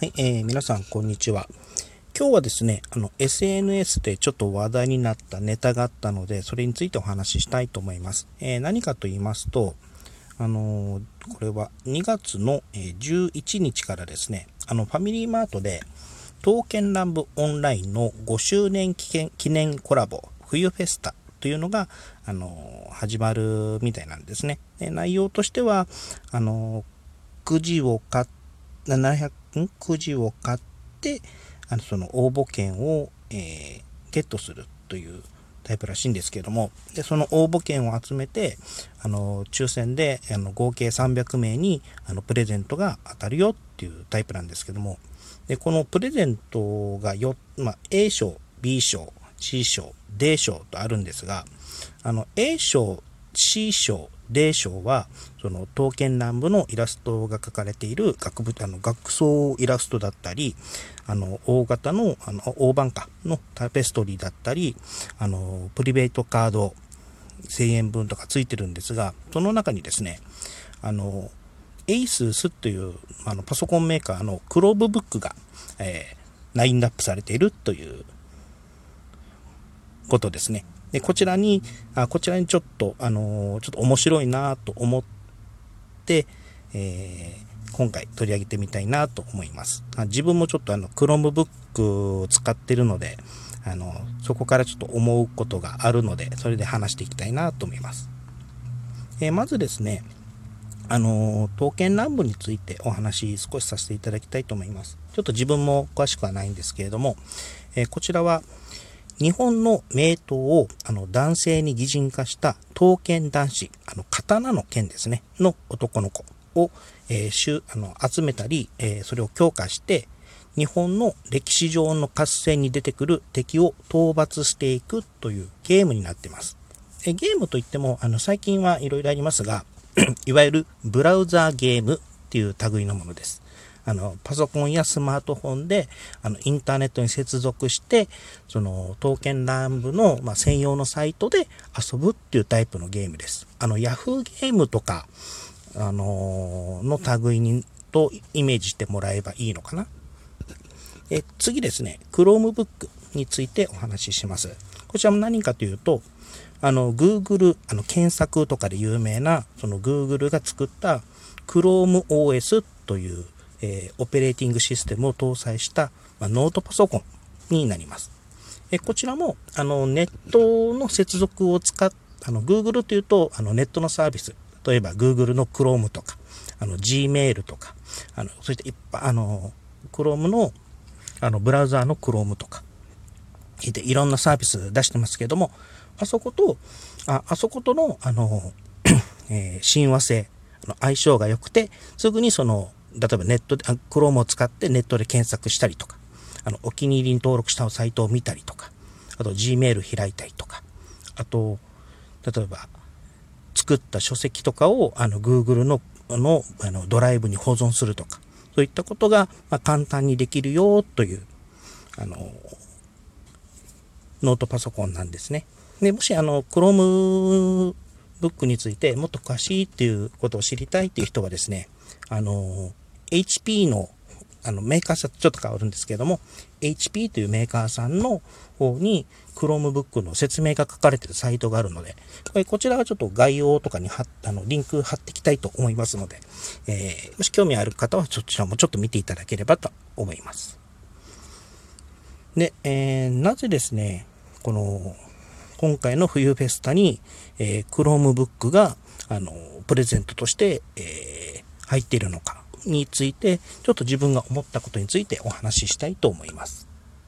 はい、皆さんこんにちは。今日はですね、SNS でちょっと話題になったネタがあったので、それについてお話ししたいと思います。何かと言いますと、これは2月の11日からですね、ファミリーマートで、刀剣乱舞オンラインの5周年記念コラボ、冬フェスタというのが、始まるみたいなんですね。内容としては、くじを買っくじを買って、その応募券を、ゲットするというタイプらしいんですけれども、でその応募券を集めて、抽選で合計300名にプレゼントが当たるよっていうタイプなんですけども、でこのプレゼントがA 賞、B 賞、C 賞、D 賞とあるんですが、A 賞、C 賞、D 賞はその刀剣乱舞のイラストが描かれている学装イラストだったり、大型の大判花のタペストリーだったり、プリベートカード1000円分とかついてるんですが、その中にですね、ASUS というパソコンメーカーのクロームブックが、ラインナップされているということですね。でこちらにちょっと面白いなと思って、今回取り上げてみたいなと思います。自分もちょっとChromebook を使ってるので、そこからちょっと思うことがあるので、それで話していきたいなと思います。まずですね、刀剣乱舞についてお話少しさせていただきたいと思います。ちょっと自分も詳しくはないんですけれども、こちらは日本の名刀を男性に擬人化した刀剣男子、刀の剣ですね、の男の子を、集めたり、それを強化して、日本の歴史上の合戦に出てくる敵を討伐していくというゲームになっています。ゲームといっても最近はいろいろありますが、いわゆるブラウザーゲームっていう類のものです。パソコンやスマートフォンでインターネットに接続して、その刀剣乱舞の、専用のサイトで遊ぶっていうタイプのゲームです。ヤフーゲームとか、の類にとイメージしてもらえばいいのかな。次ですね、Chromebook についてお話しします。こちらも何かというと、Google 検索とかで有名なその Google が作った ChromeOS というオペレーティングシステムを搭載した、ノートパソコンになります。こちらもネットの接続を使っGoogle というとネットのサービス、例えば Google の Chrome とかGmail とかそういったChrome のブラウザーの Chrome とかいろんなサービス出してますけれども、あそことの親和性、相性が良くて、すぐに例えばネットでChrome を使ってネットで検索したりとか、お気に入りに登録したサイトを見たりとか、あと Gmail 開いたりとか、あと例えば作った書籍とかをGoogle のドライブに保存するとか、そういったことが簡単にできるよというノートパソコンなんですね。でもしChromebook についてもっと詳しいっていうことを知りたいっていう人はですね、HP のメーカーさんちょっと変わるんですけれども、 HP というメーカーさんの方に Chromebook の説明が書かれているサイトがあるので、こちらはちょっと概要とかにリンク貼っていきたいと思いますので、もし興味ある方はそちらもちょっと見ていただければと思います。で、なぜですね、今回の冬フェスタに、Chromebook がプレゼントとして、入っているのかについて、ちょっと自分が思ったことについてお話ししたいと思います。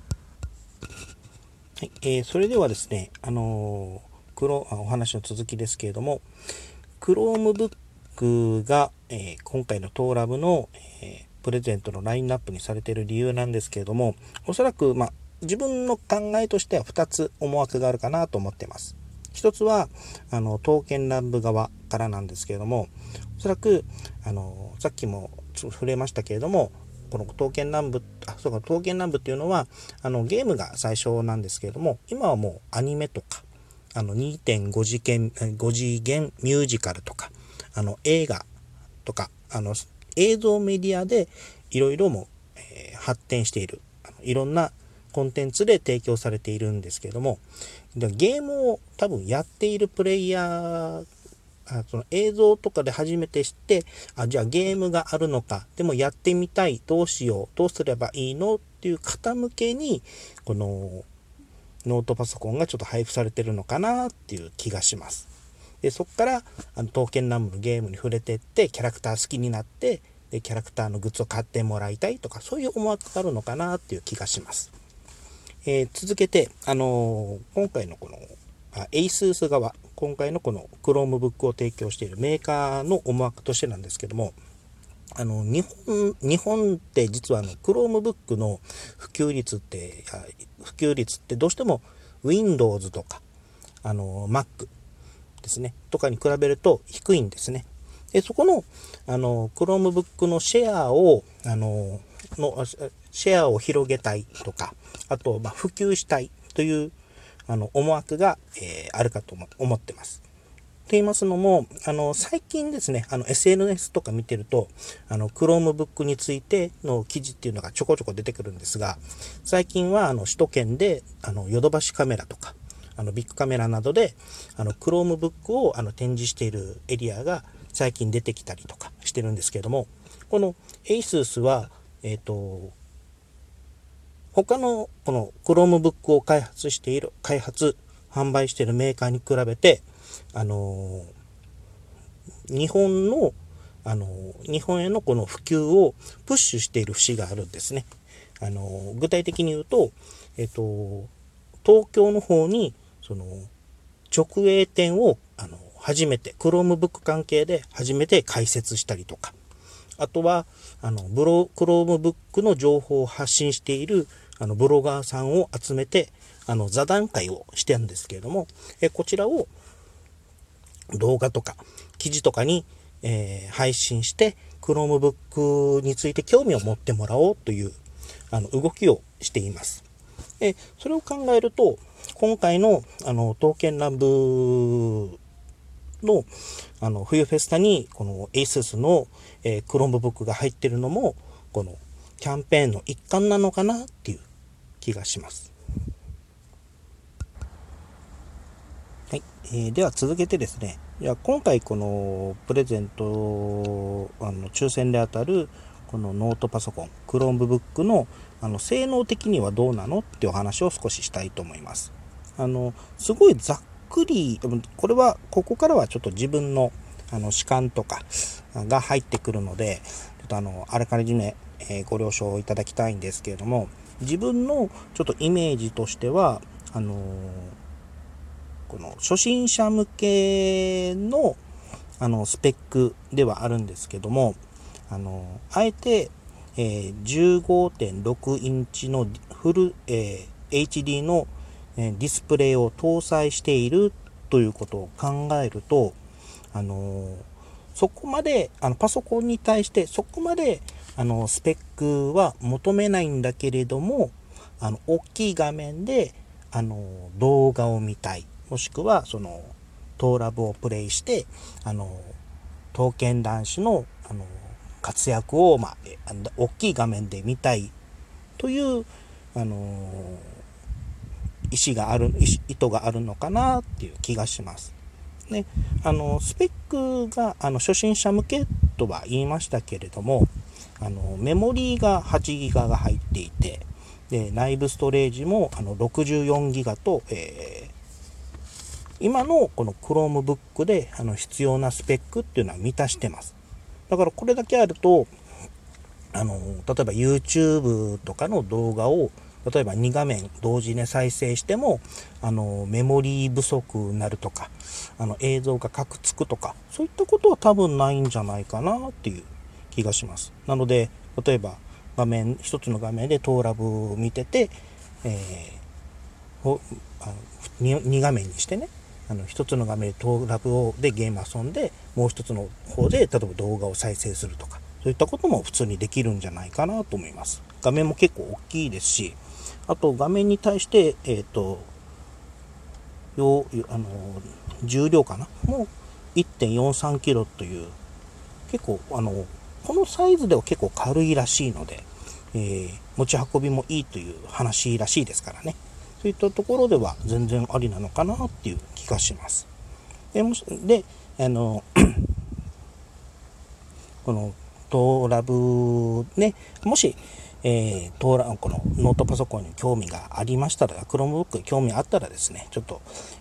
はい、それではですね、お話の続きですけれども、Chromebook が、今回のトーラブの、プレゼントのラインナップにされている理由なんですけれども、おそらく、自分の考えとしては2つ思惑があるかなと思っています。一つは刀剣乱舞側からなんですけれども、おそらくさっきも触れましたけれども、この刀剣乱舞っていうのはゲームが最初なんですけれども、今はもうアニメとか2.5 次元ミュージカルとか映画とか映像メディアでいろいろも発展しているいろんなコンテンツで提供されているんですけども、ゲームを多分やっているプレイヤー、その映像とかで初めて知って、じゃあゲームがあるのか、でもやってみたい、どうしよう、どうすればいいのっていう方向けに、このノートパソコンがちょっと配布されてるのかなっていう気がします。で、そこから刀剣乱舞のゲームに触れてって、キャラクター好きになって、でキャラクターのグッズを買ってもらいたいとか、そういう思惑があるのかなっていう気がします。続けて、今回のこのASUS 側、今回のこの Chromebook を提供しているメーカーの思惑としてなんですけども、日本って実はChromebook の普及率ってどうしても Windows とかMac ですねとかに比べると低いんですね。でそこのChromebook のシェアを広げたいとか、あと普及したいという思惑が、あるかと思ってます。と言いますのも、最近ですね、SNS とか見てると、Chromebook についての記事っていうのがちょこちょこ出てくるんですが、最近は首都圏でヨドバシカメラとかビッグカメラなどでChromebook を展示しているエリアが最近出てきたりとかしてるんですけれども、この ASUS は他のこの Chromebook を販売しているメーカーに比べて日本へのこの普及をプッシュしている節があるんですね。具体的に言うと、東京の方にその直営店を初めて Chromebook 関係で初めて開設したりとか、あとはChromebook の情報を発信しているブロガーさんを集めて座談会をしてるんですけれども、こちらを動画とか記事とかに、配信して Chromebook について興味を持ってもらおうという動きをしています。それを考えると、今回の刀剣乱舞の冬フェスタにこの ASUS の、Chromebook が入ってるのもこのキャンペーンの一環なのかなっていう気がします。はい、では続けてですね、今回このプレゼント抽選で当たるこのノートパソコン Chromebook の性能的にはどうなのっていうお話を少ししたいと思います。すごいざっくり、ここからはちょっと自分の主観とかが入ってくるので、ちょっとあらかじめご了承いただきたいんですけれども、自分のちょっとイメージとしてはこの初心者向けのスペックではあるんですけども、あえて、15.6 インチのフル、HD のディスプレイを搭載しているということを考えると、そこまでパソコンに対してそこまでスペックは求めないんだけれども、大きい画面で動画を見たい、もしくはそのトーラブをプレイして刀剣男子の活躍を大きい画面で見たいという意図があるのかなっていう気がします。ね、スペックが初心者向けとは言いましたけれども、メモリーが8ギガが入っていて、で内部ストレージも64ギガと、今のこの Chromebook で必要なスペックっていうのは満たしてます。だからこれだけあると例えば YouTube とかの動画を例えば2画面同時に再生してもメモリー不足になるとか映像がカクつくとか、そういったことは多分ないんじゃないかなっていう気がします。なので例えば一つの画面でトーラブを見てて、2画面にしてね、一つの画面でトーラブでゲーム遊んで、もう一つの方で例えば動画を再生するとか、そういったことも普通にできるんじゃないかなと思います。画面も結構大きいですし、あと画面に対して重量かなもう 1.43 キロという結構このサイズでは結構軽いらしいので、 持ち運びもいいという話らしいですからね。そういったところでは全然ありなのかなっていう気がします。で、このトーラブね、もし、このノートパソコンに興味がありましたら、Chromebook に興味あったらですね、ちょっと、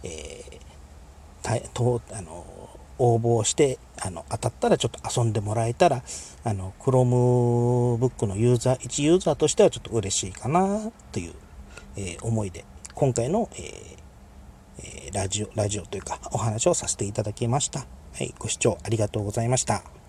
応募して、当たったらちょっと遊んでもらえたら、Chromebook の一ユーザーとしてはちょっと嬉しいかな、という、思いで、今回の、ラジオというか、お話をさせていただきました。はい、ご視聴ありがとうございました。